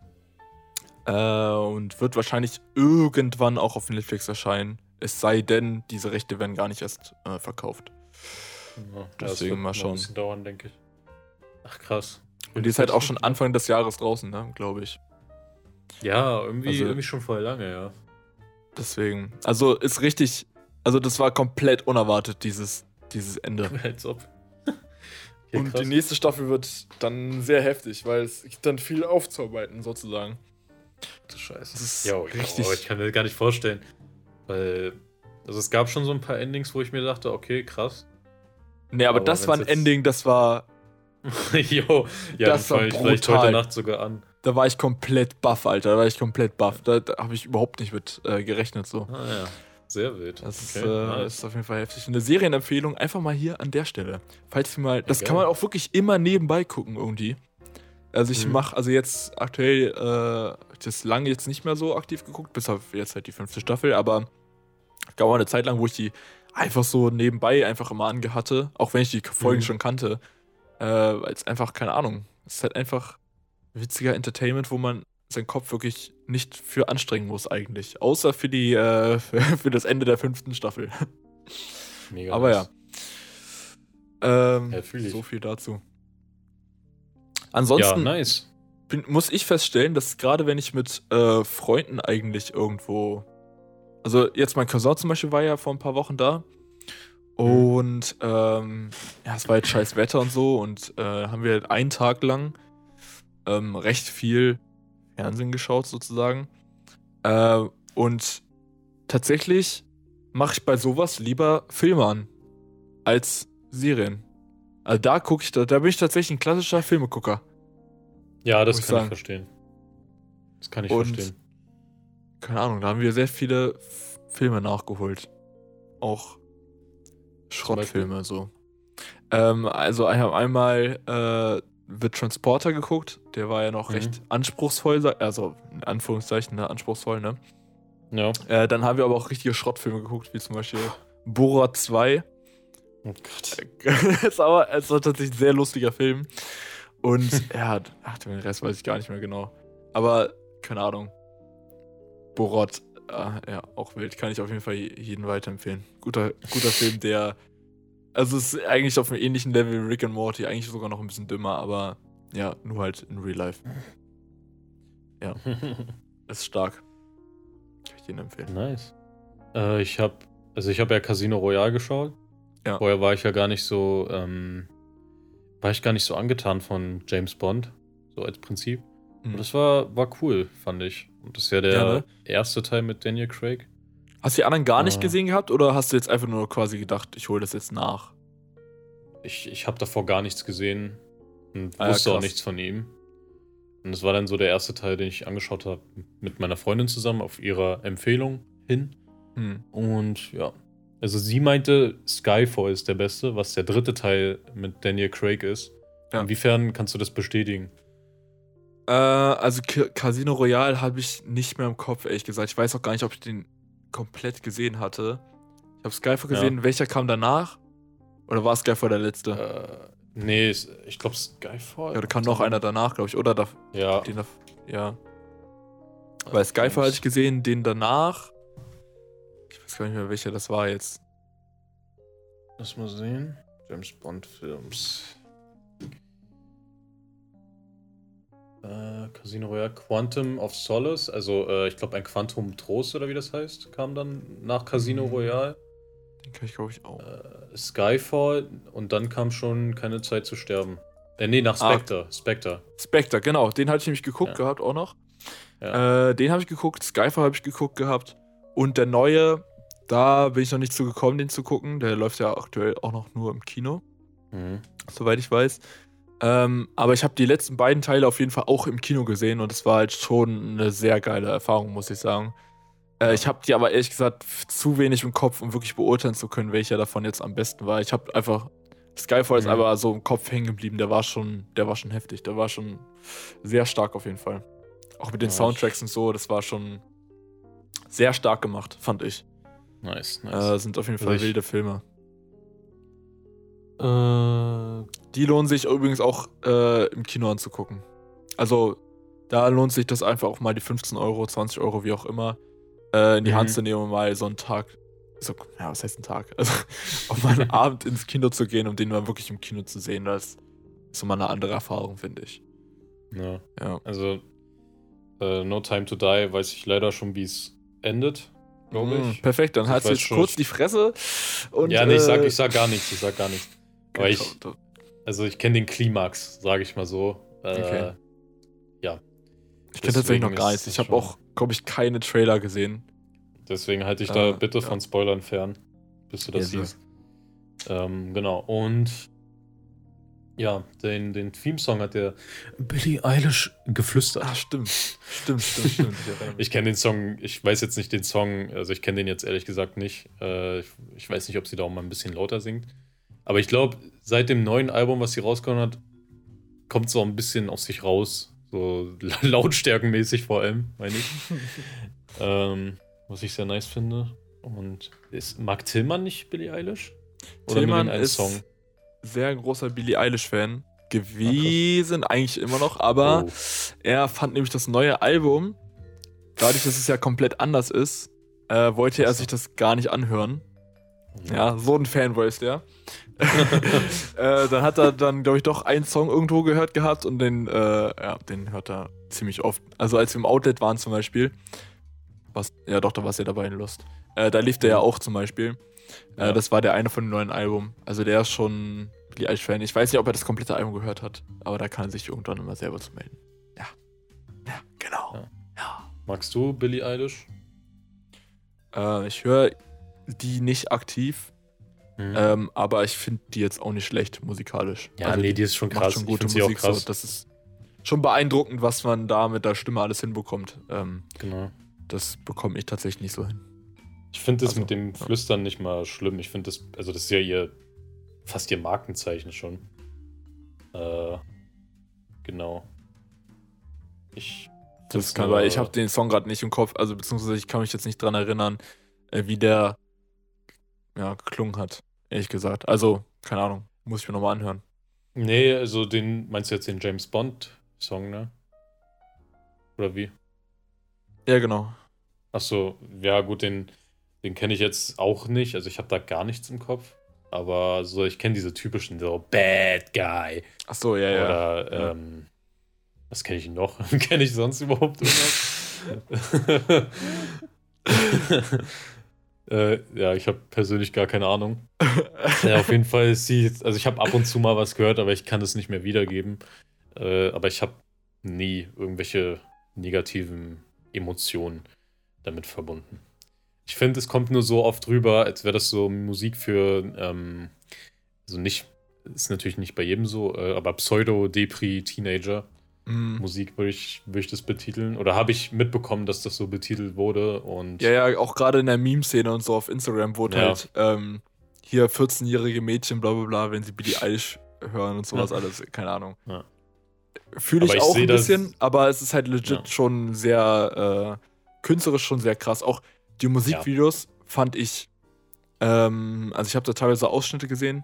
wird wahrscheinlich irgendwann auch auf Netflix erscheinen. Es sei denn, diese Rechte werden gar nicht erst verkauft. Ja, deswegen mal schauen. Ein bisschen dauern, denke ich. Ach, krass. Und die ist halt auch schon Anfang des Jahres draußen, ne, glaube ich. Ja, irgendwie schon voll lange, ja. Deswegen. Also ist richtig. Also das war komplett unerwartet, dieses Ende. Als ob. Okay, und die nächste Staffel wird dann sehr heftig, weil es gibt dann viel aufzuarbeiten, sozusagen. Du Scheiße. Das ist richtig. Ich kann mir das gar nicht vorstellen. Weil. Also es gab schon so ein paar Endings, wo ich mir dachte, okay, krass. Nee, aber das war ein Ending, das war. Jo, ja, das dann fange ich vielleicht heute Nacht sogar an. Da war ich komplett baff, Alter. Da habe ich überhaupt nicht mit gerechnet, so. Ah ja, sehr wild. Das ist auf jeden Fall heftig. Eine Serienempfehlung einfach mal hier an der Stelle. Falls ihr mal, das kann man auch wirklich immer nebenbei gucken irgendwie. Also ich mache, also jetzt aktuell, das lange jetzt nicht mehr so aktiv geguckt, bis auf jetzt halt die 5. Staffel, aber es gab auch eine Zeit lang, wo ich die einfach so nebenbei einfach immer angehatte, auch wenn ich die Folgen schon kannte. Weil es einfach, keine Ahnung, es ist halt einfach witziger Entertainment, wo man seinen Kopf wirklich nicht für anstrengen muss eigentlich. Außer für die für das Ende der 5. Staffel. Mega. Aber nice. so viel dazu. Ansonsten nice. muss ich feststellen, dass gerade wenn ich mit Freunden eigentlich irgendwo, also jetzt mein Cousin zum Beispiel war ja vor ein paar Wochen da und es war jetzt scheiß Wetter und so und haben wir halt einen Tag lang recht viel Fernsehen geschaut sozusagen und tatsächlich mache ich bei sowas lieber Filme an als Serien. Also da bin ich tatsächlich ein klassischer Filmegucker. Ja, das kann ich verstehen. Das kann ich verstehen. Keine Ahnung, da haben wir sehr viele Filme nachgeholt. Auch Schrottfilme so. Also ich habe einmal The Transporter geguckt. Der war ja noch recht anspruchsvoll, also in Anführungszeichen, ne, anspruchsvoll, ne? Ja. Dann haben wir aber auch richtige Schrottfilme geguckt, wie zum Beispiel Borat 2. Oh Gott. Es war tatsächlich ein sehr lustiger Film. Und den Rest weiß ich gar nicht mehr genau. Aber, keine Ahnung. Borat, auch wild. Kann ich auf jeden Fall jedem weiterempfehlen. Guter Film, der. Also, es ist eigentlich auf einem ähnlichen Level wie Rick and Morty. Eigentlich sogar noch ein bisschen dümmer, aber ja, nur halt in Real Life. Ja. Ist stark. Kann ich den empfehlen. Nice. Ich habe ja Casino Royale geschaut. Ja. Vorher war ich ja gar nicht so, angetan von James Bond, so als Prinzip. Und das war cool, fand ich. Und das ist ja der erste Teil mit Daniel Craig. Hast du die anderen gar nicht gesehen gehabt oder hast du jetzt einfach nur quasi gedacht, ich hole das jetzt nach? Ich habe davor gar nichts gesehen und wusste auch nichts von ihm. Und das war dann so der erste Teil, den ich angeschaut habe mit meiner Freundin zusammen auf ihrer Empfehlung hin. Und ja, also sie meinte, Skyfall ist der beste, was der 3. Teil mit Daniel Craig ist. Ja. Inwiefern kannst du das bestätigen? Also Casino Royale habe ich nicht mehr im Kopf, ehrlich gesagt. Ich weiß auch gar nicht, ob ich den komplett gesehen hatte. Ich habe Skyfall gesehen. Welcher kam danach? Oder war Skyfall der letzte? Nee, ich glaube Skyfall. Ja, da kam noch einer danach, glaube ich. Oder ja. Weil Skyfall hatte ich gesehen, den danach. Ich weiß gar nicht mehr, welcher das war jetzt. Lass mal sehen. James Bond Films. Casino Royale, Quantum of Solace, also ich glaube ein Quantum Trost oder wie das heißt, kam dann nach Casino Royale. Den kann ich, glaube ich, auch. Skyfall und dann kam schon Keine Zeit zu sterben. Nee, nach Spectre. Spectre, genau. Den hatte ich nämlich geguckt gehabt auch noch. Ja. Den habe ich geguckt, Skyfall habe ich geguckt gehabt. Und der neue, da bin ich noch nicht zu gekommen, den zu gucken. Der läuft ja aktuell auch noch nur im Kino, soweit ich weiß. Aber ich habe die letzten beiden Teile auf jeden Fall auch im Kino gesehen und es war halt schon eine sehr geile Erfahrung, muss ich sagen. Ich habe die aber ehrlich gesagt zu wenig im Kopf, um wirklich beurteilen zu können, welcher davon jetzt am besten war. Ich habe einfach, Skyfall ist aber so im Kopf hängen geblieben, der war schon heftig, der war schon sehr stark auf jeden Fall. Auch mit den Soundtracks und so, das war schon sehr stark gemacht, fand ich. Nice. Sind auf jeden Fall wilde Filme. Die lohnen sich übrigens auch im Kino anzugucken. Also, da lohnt sich das einfach auch mal die 15 Euro, 20 Euro, wie auch immer, in die Hand zu nehmen und mal so einen Tag, was heißt ein Tag? Also, auch mal einen Abend ins Kino zu gehen, um den mal wirklich im Kino zu sehen, das ist so mal eine andere Erfahrung, finde ich. Ja. Also, No Time to Die weiß ich leider schon, wie es endet, glaube ich. Perfekt, dann hast du jetzt kurz die Fresse. Und, ja, nee, ich sag gar nichts. Aber ich kenne den Klimax, sage ich mal so. Okay. Ja. Ich kenne tatsächlich noch gar nichts. Ich habe auch, glaube ich, keine Trailer gesehen. Deswegen halte ich da bitte von Spoilern fern, bis du das siehst. Genau. Und ja, den Theme-Song hat der Billie Eilish geflüstert. Ah, stimmt. Ich kenne den Song, ich weiß jetzt nicht den Song, also ich kenne den jetzt ehrlich gesagt nicht. Ich weiß nicht, ob sie da auch mal ein bisschen lauter singt. Aber ich glaube, seit dem neuen Album, was sie rausgehauen hat, kommt so ein bisschen aus sich raus. So lautstärkenmäßig vor allem, meine ich. Was ich sehr nice finde. Und mag Tillmann nicht Billie Eilish? Oder Tillmann nur den einen Song? Sehr großer Billie Eilish-Fan gewesen, eigentlich immer noch, aber er fand nämlich das neue Album, dadurch, dass es ja komplett anders ist, wollte er sich das gar nicht anhören. Ja, so ein Fanboy ist der. Dann hat er glaube ich, doch einen Song irgendwo gehört gehabt und den hört er ziemlich oft. Also als wir im Outlet waren zum Beispiel, da war es ja dabei in Lust. Da lief der ja auch zum Beispiel. Das war der eine von dem neuen Album. Also der ist schon Billie Eilish-Fan. Ich weiß nicht, ob er das komplette Album gehört hat, aber da kann er sich irgendwann immer selber zu melden. Ja, genau. Ja. Magst du Billie Eilish? Ich höre die nicht aktiv, aber ich finde die jetzt auch nicht schlecht musikalisch. Ja, also die ist schon krass. Schon gute Musik, auch krass. So, das ist schon beeindruckend, was man da mit der Stimme alles hinbekommt. Genau. Das bekomme ich tatsächlich nicht so hin. Ich finde das mit dem Flüstern nicht mal schlimm. Ich finde das, also das ist ja fast ihr Markenzeichen schon. Genau. Ich habe den Song gerade nicht im Kopf, also beziehungsweise ich kann mich jetzt nicht dran erinnern, wie der geklungen hat, ehrlich gesagt. Also, keine Ahnung, muss ich mir nochmal anhören. Nee, also meinst du jetzt den James Bond-Song, ne? Oder wie? Ja, genau. Achso, ja gut, den kenne ich jetzt auch nicht, also ich habe da gar nichts im Kopf, aber so, ich kenne diese typischen, so Bad Guy. Achso, ja. Oder, was kenne ich noch? Kenne ich sonst überhaupt irgendwas? Ja, ich habe persönlich gar keine Ahnung. Ja, auf jeden Fall ist also ich habe ab und zu mal was gehört, aber ich kann es nicht mehr wiedergeben. Aber ich habe nie irgendwelche negativen Emotionen damit verbunden. Ich finde, es kommt nur so oft rüber, als wäre das so Musik für, also nicht, ist natürlich nicht bei jedem so, aber Pseudo-Depri-Teenager. Musik würde ich das betiteln. Oder habe ich mitbekommen, dass das so betitelt wurde. Und ja, auch gerade in der Meme-Szene und so auf Instagram wurde halt hier 14-jährige Mädchen, bla bla bla, wenn sie Billie Eilish hören und sowas alles, keine Ahnung. Ja. Fühle ich auch ein bisschen, aber es ist halt legit schon sehr künstlerisch schon sehr krass. Auch die Musikvideos fand ich, also ich habe da teilweise Ausschnitte gesehen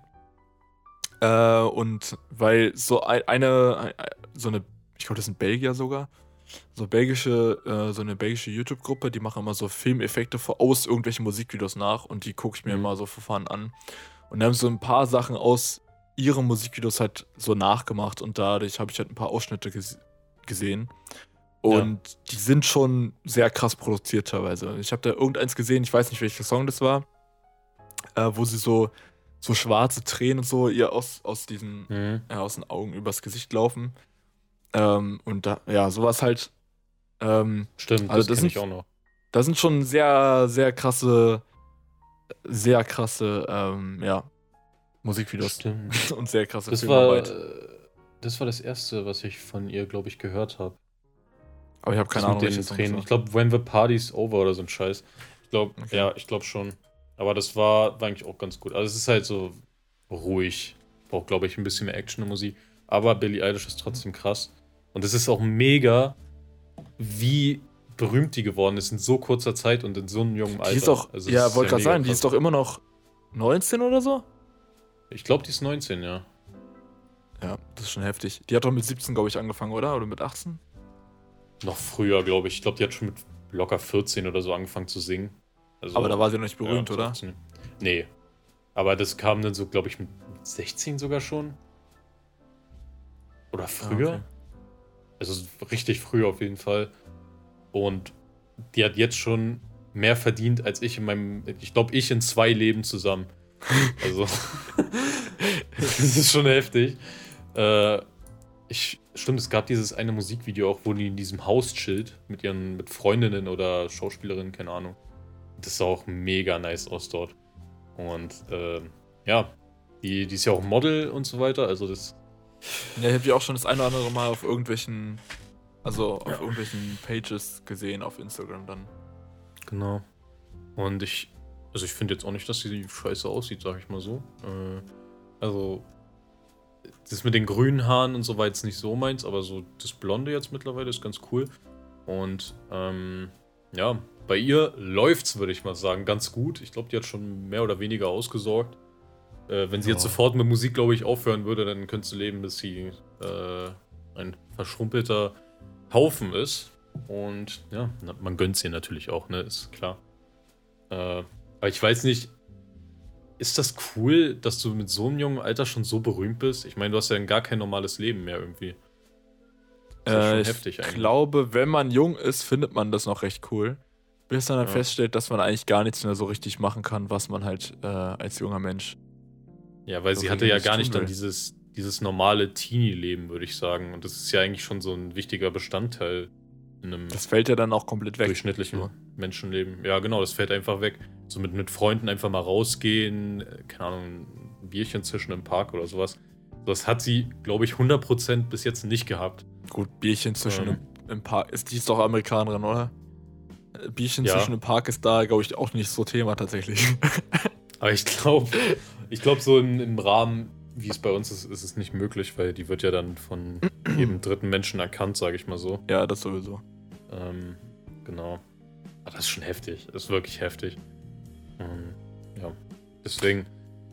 und weil so eine, ich glaube, das sind Belgier sogar, so eine belgische YouTube-Gruppe, die machen immer so Filmeffekte aus irgendwelchen Musikvideos nach und die gucke ich mir immer so verfahren an. Und da haben so ein paar Sachen aus ihren Musikvideos halt so nachgemacht und dadurch habe ich halt ein paar Ausschnitte gesehen. Und die sind schon sehr krass produziert teilweise. Ich habe da irgendeins gesehen, ich weiß nicht, welcher Song das war, wo sie so schwarze Tränen und so ihr aus den Augen übers Gesicht laufen. Und da, ja, sowas halt. Stimmt, also das kenne ich auch noch. Da sind schon sehr, sehr krasse, Musikvideos. Stimmt. Und sehr krasse Das Filmarbeit. war das erste, was ich von ihr, glaube ich, gehört habe. Aber ich habe keine Das Ahnung, mit den welches Song Tränen. das Ich glaube, When the Party's Over oder so ein Scheiß. Ich glaube, Okay. ja, ich glaube schon. Aber das war eigentlich auch ganz gut. Also es ist halt so ruhig. Braucht, glaube ich, ein bisschen mehr Action in Musik. Aber Billie Eilish ist trotzdem krass. Und es ist auch mega, wie berühmt die geworden ist in so kurzer Zeit und in so einem jungen Alter. Die ist doch, Also ja, das ist wollte gerade mega sagen, die krass. ist doch immer noch 19 oder so? Ich glaube, die ist 19, ja. Ja, das ist schon heftig. Die hat doch mit 17, glaube ich, angefangen, oder? Oder mit 18? Noch früher, glaube ich. Ich glaube, die hat schon mit locker 14 oder so angefangen zu singen. Also, Aber da war sie noch nicht ja, berühmt, oder? 15. Nee. Aber das kam dann so, glaube ich, mit 16 sogar schon. Oder früher. okay. Also richtig früh auf jeden Fall. Und die hat jetzt schon mehr verdient als ich ich in 2 Leben zusammen. Also, das ist schon heftig. Stimmt, es gab dieses eine Musikvideo auch, wo die in diesem Haus chillt mit Freundinnen oder Schauspielerinnen, keine Ahnung. Das sah auch mega nice aus dort. Und ja, die ist ja auch Model und so weiter, also das. Ja, ich habe die auch schon das eine oder andere Mal auf irgendwelchen Pages gesehen auf Instagram dann. Genau. Und ich finde jetzt auch nicht, dass sie scheiße aussieht, sag ich mal so. Also, das mit den grünen Haaren und so war jetzt nicht so meins, aber so das Blonde jetzt mittlerweile ist ganz cool. Und ja, bei ihr läuft's, würde ich mal sagen, ganz gut. Ich glaube, die hat schon mehr oder weniger ausgesorgt. Wenn sie jetzt sofort mit Musik, glaube ich, aufhören würde, dann könnte sie leben, bis sie ein verschrumpelter Haufen ist. Und ja, man gönnt sie natürlich auch, ne, ist klar. Aber ich weiß nicht, ist das cool, dass du mit so einem jungen Alter schon so berühmt bist? Ich meine, du hast ja dann gar kein normales Leben mehr irgendwie. Das ist schon heftig Ich eigentlich. glaube, wenn man jung ist, findet man das noch recht cool. Bis man dann Ja. feststellt, dass man eigentlich gar nichts mehr so richtig machen kann, was man halt als junger Mensch. Ja, weil so sie hatte ja regelmäßig gar tun nicht dann will. dieses normale Teenie-Leben, würde ich sagen. Und das ist ja eigentlich schon so ein wichtiger Bestandteil in einem Das fällt ja dann auch komplett weg. durchschnittlichen So. Menschenleben. Ja, genau, das fällt einfach weg. So mit Freunden einfach mal rausgehen, keine Ahnung, ein Bierchen zischen im Park oder sowas. Das hat sie, glaube ich, 100% bis jetzt nicht gehabt. Gut, Bierchen zwischen im Park. Die ist doch Amerikanerin, oder? Bierchen Ja. zwischen im Park ist da, glaube ich, auch nicht so Thema tatsächlich. Aber ich glaube so im Rahmen, wie es bei uns ist, ist es nicht möglich, weil die wird ja dann von jedem dritten Menschen erkannt, sage ich mal so. Ja, das sowieso. Genau. Aber das ist schon heftig. Das ist wirklich heftig. Ja. Deswegen.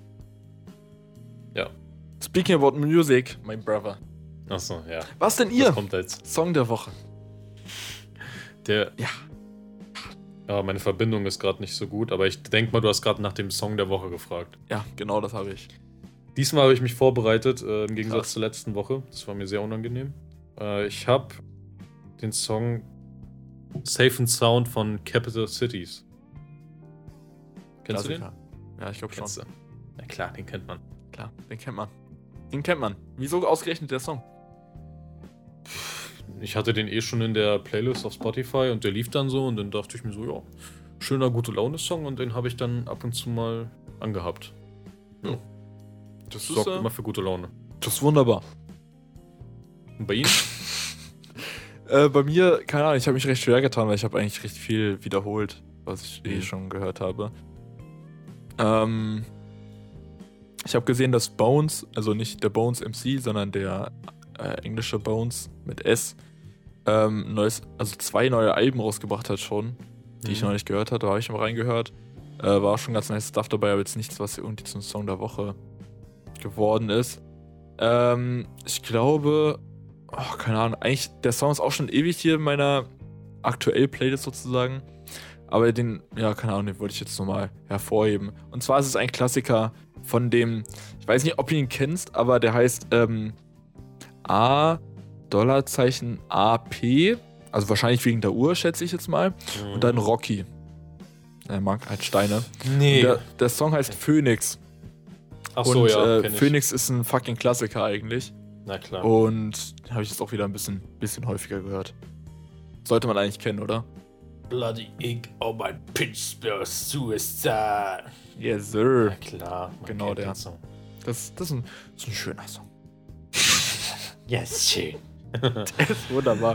Ja. Speaking about music, my brother. Achso, ja. Was denn Das ihr? kommt als Song der Woche. der. Ja. Ja, meine Verbindung ist gerade nicht so gut, aber ich denke mal, du hast gerade nach dem Song der Woche gefragt. Ja, genau das habe ich. Diesmal habe ich mich vorbereitet, im Gegensatz Krass. zur letzten Woche. Das war mir sehr unangenehm. Ich habe den Song Safe and Sound von Capital Cities. Kennst du den? Klassiker. Ja, ich glaube schon. Kennst du? Na klar, den kennt man. Klar, den kennt man. Den kennt man. Wieso ausgerechnet der Song? Ich hatte den schon in der Playlist auf Spotify und der lief dann so und dann dachte ich mir so, ja, schöner Gute-Laune-Song und den habe ich dann ab und zu mal angehabt. Ja. Das Sorgt immer für gute Laune. das ist wunderbar. Und bei Ihnen? Bei mir, keine Ahnung, ich habe mich recht schwer getan, weil ich habe eigentlich recht viel wiederholt, was ich schon gehört habe. Ich habe gesehen, dass Bones, also nicht der Bones MC, sondern der englische Bones mit S, also 2 neue Alben rausgebracht hat schon, die ich noch nicht gehört hatte, habe ich mal reingehört. War schon ganz nice Stuff dabei, aber jetzt nichts, was irgendwie zum Song der Woche geworden ist. Ich glaube, keine Ahnung, eigentlich, der Song ist auch schon ewig hier in meiner aktuell Playlist sozusagen. Aber den, ja, keine Ahnung, den wollte ich jetzt nochmal hervorheben. Und zwar ist es ein Klassiker von dem, ich weiß nicht, ob du ihn kennst, aber der heißt Dollarzeichen AP, also wahrscheinlich wegen der Uhr, schätze ich jetzt mal. Und dann Rocky. Er mag halt Steine. Nee. Und der Song heißt Phoenix. Ach so, ja. Und Phoenix ist ein fucking Klassiker eigentlich. Na klar. Und habe ich jetzt auch wieder ein bisschen häufiger gehört. Sollte man eigentlich kennen, oder? Bloody Ink on my Pittsburgh Suicide. Yes, sir. Na klar. Genau kennt der. den Song. Das ist ein schöner Song. Yes, schön. Der ist wunderbar.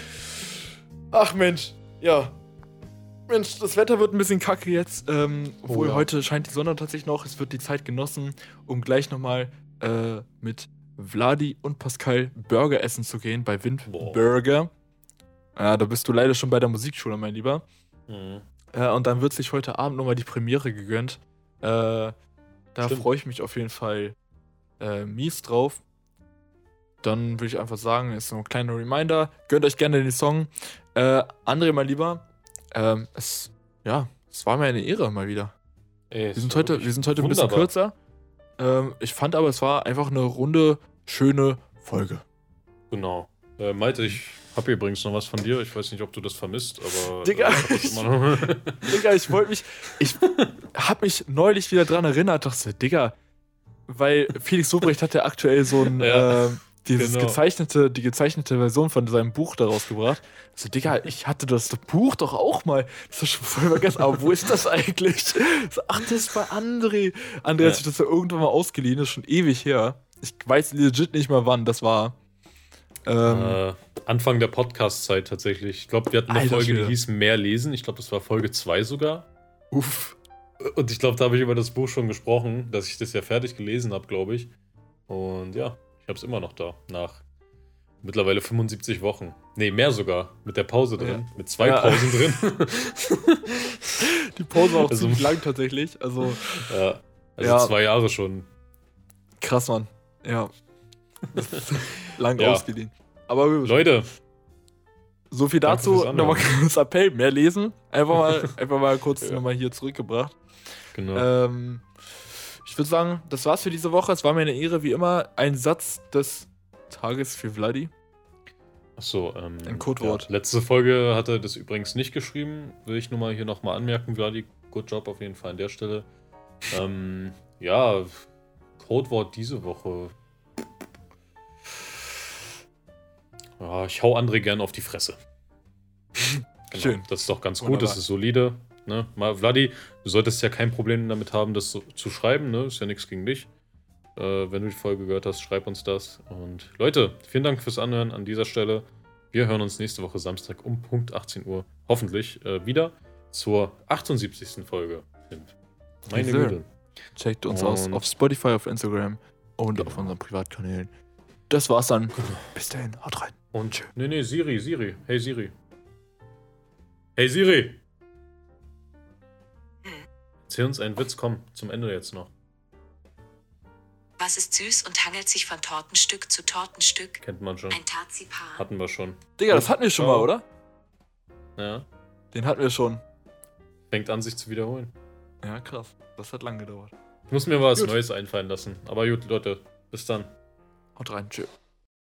Ach Mensch, ja. Mensch, das Wetter wird ein bisschen kacke jetzt. Obwohl ja. heute scheint die Sonne tatsächlich noch. Es wird die Zeit genossen, um gleich nochmal mit Vladi und Pascal Burger essen zu gehen bei Windburger. Ja, da bist du leider schon bei der Musikschule, mein Lieber. Mhm. Und dann wird sich heute Abend nochmal die Premiere gegönnt. Da Stimmt. freue ich mich auf jeden Fall mies drauf. Dann würde ich einfach sagen, ist so ein kleiner Reminder. Gönnt euch gerne den Song. André, mein Lieber, es war mir eine Ehre mal wieder. Ey, Wir sind heute ein bisschen wunderbar. kürzer. Ich fand aber, es war einfach eine runde, schöne Folge. Genau. Malte, ich habe hier übrigens noch was von dir. Ich weiß nicht, ob du das vermisst, aber... Digga, ich hab das immer noch. Digga, ich hab mich neulich wieder dran erinnert, dachte, Digga, weil Felix Lobrecht hat ja aktuell so ein, Ja, die genau. gezeichnete Version von seinem Buch daraus gebracht. Also, Digga, ich hatte das Buch doch auch mal. Das ist schon voll vergessen. Aber wo ist das eigentlich? So, ach, das ist bei André. André hat sich das ja irgendwann mal ausgeliehen. Das ist schon ewig her. Ich weiß legit nicht mal, wann das war. Anfang der Podcast-Zeit tatsächlich. Ich glaube, wir hatten eine Alter Folge, die Schwede. hieß Mehr lesen. Ich glaube, das war Folge 2 sogar. Uff. Und ich glaube, da habe ich über das Buch schon gesprochen, dass ich das ja fertig gelesen habe, glaube ich. Und ja, ich habe es immer noch da. Nach mittlerweile 75 Wochen. Nee, mehr sogar. Mit der Pause drin. Mit 2 Ja. Pausen drin. Die Pause war auch Also- ziemlich lang tatsächlich. Also, Ja, also Ja. 2 Jahre schon. krass, Mann. Ja. Das ist lang Ja. ausgeliehen. Aber Leute, so viel danke dazu. fürs Anhören. Nochmal kurz Appell. Mehr lesen. Einfach mal kurz nochmal hier zurückgebracht. genau. Ich würde sagen, das war's für diese Woche. Es war mir eine Ehre, wie immer. Ein Satz des Tages für Vladi. Achso, ein Codewort. Ja, letzte Folge hat er das übrigens nicht geschrieben. Will ich nur mal hier nochmal anmerken, Vladi. Good job auf jeden Fall an der Stelle. Ja, Codewort diese Woche. Ja, ich hau André gern auf die Fresse. Genau, Schön. das ist doch ganz gut, Wunderbar. das ist solide. Ne? Mal, Vladi, du solltest ja kein Problem damit haben, das so, zu schreiben, ne? Ist ja nichts gegen dich. Wenn du die Folge gehört hast, schreib uns das. Und Leute, vielen Dank fürs Anhören an dieser Stelle. Wir hören uns nächste Woche Samstag um Punkt 18 Uhr hoffentlich wieder zur 78. Folge. Meine Yes, sir. Güte. Checkt uns aus Und- auf Spotify, auf Instagram und Genau. auf unseren Privatkanälen. Das war's dann. Bis dahin. Haut rein. Und, nee, Siri. Hey Siri. Hey Siri. Erzähl uns einen Witz, komm, zum Ende jetzt noch. Was ist süß und hangelt sich von Tortenstück zu Tortenstück? Kennt man schon. Ein Tarzipan. Hatten wir schon. Digga, das hatten wir schon mal, oder? Ja. Den hatten wir schon. Fängt an, sich zu wiederholen. Ja, krass. Das hat lang gedauert. Ich muss mir was Gut. Neues einfallen lassen. Aber gut, Leute, bis dann. Haut rein. Tschö.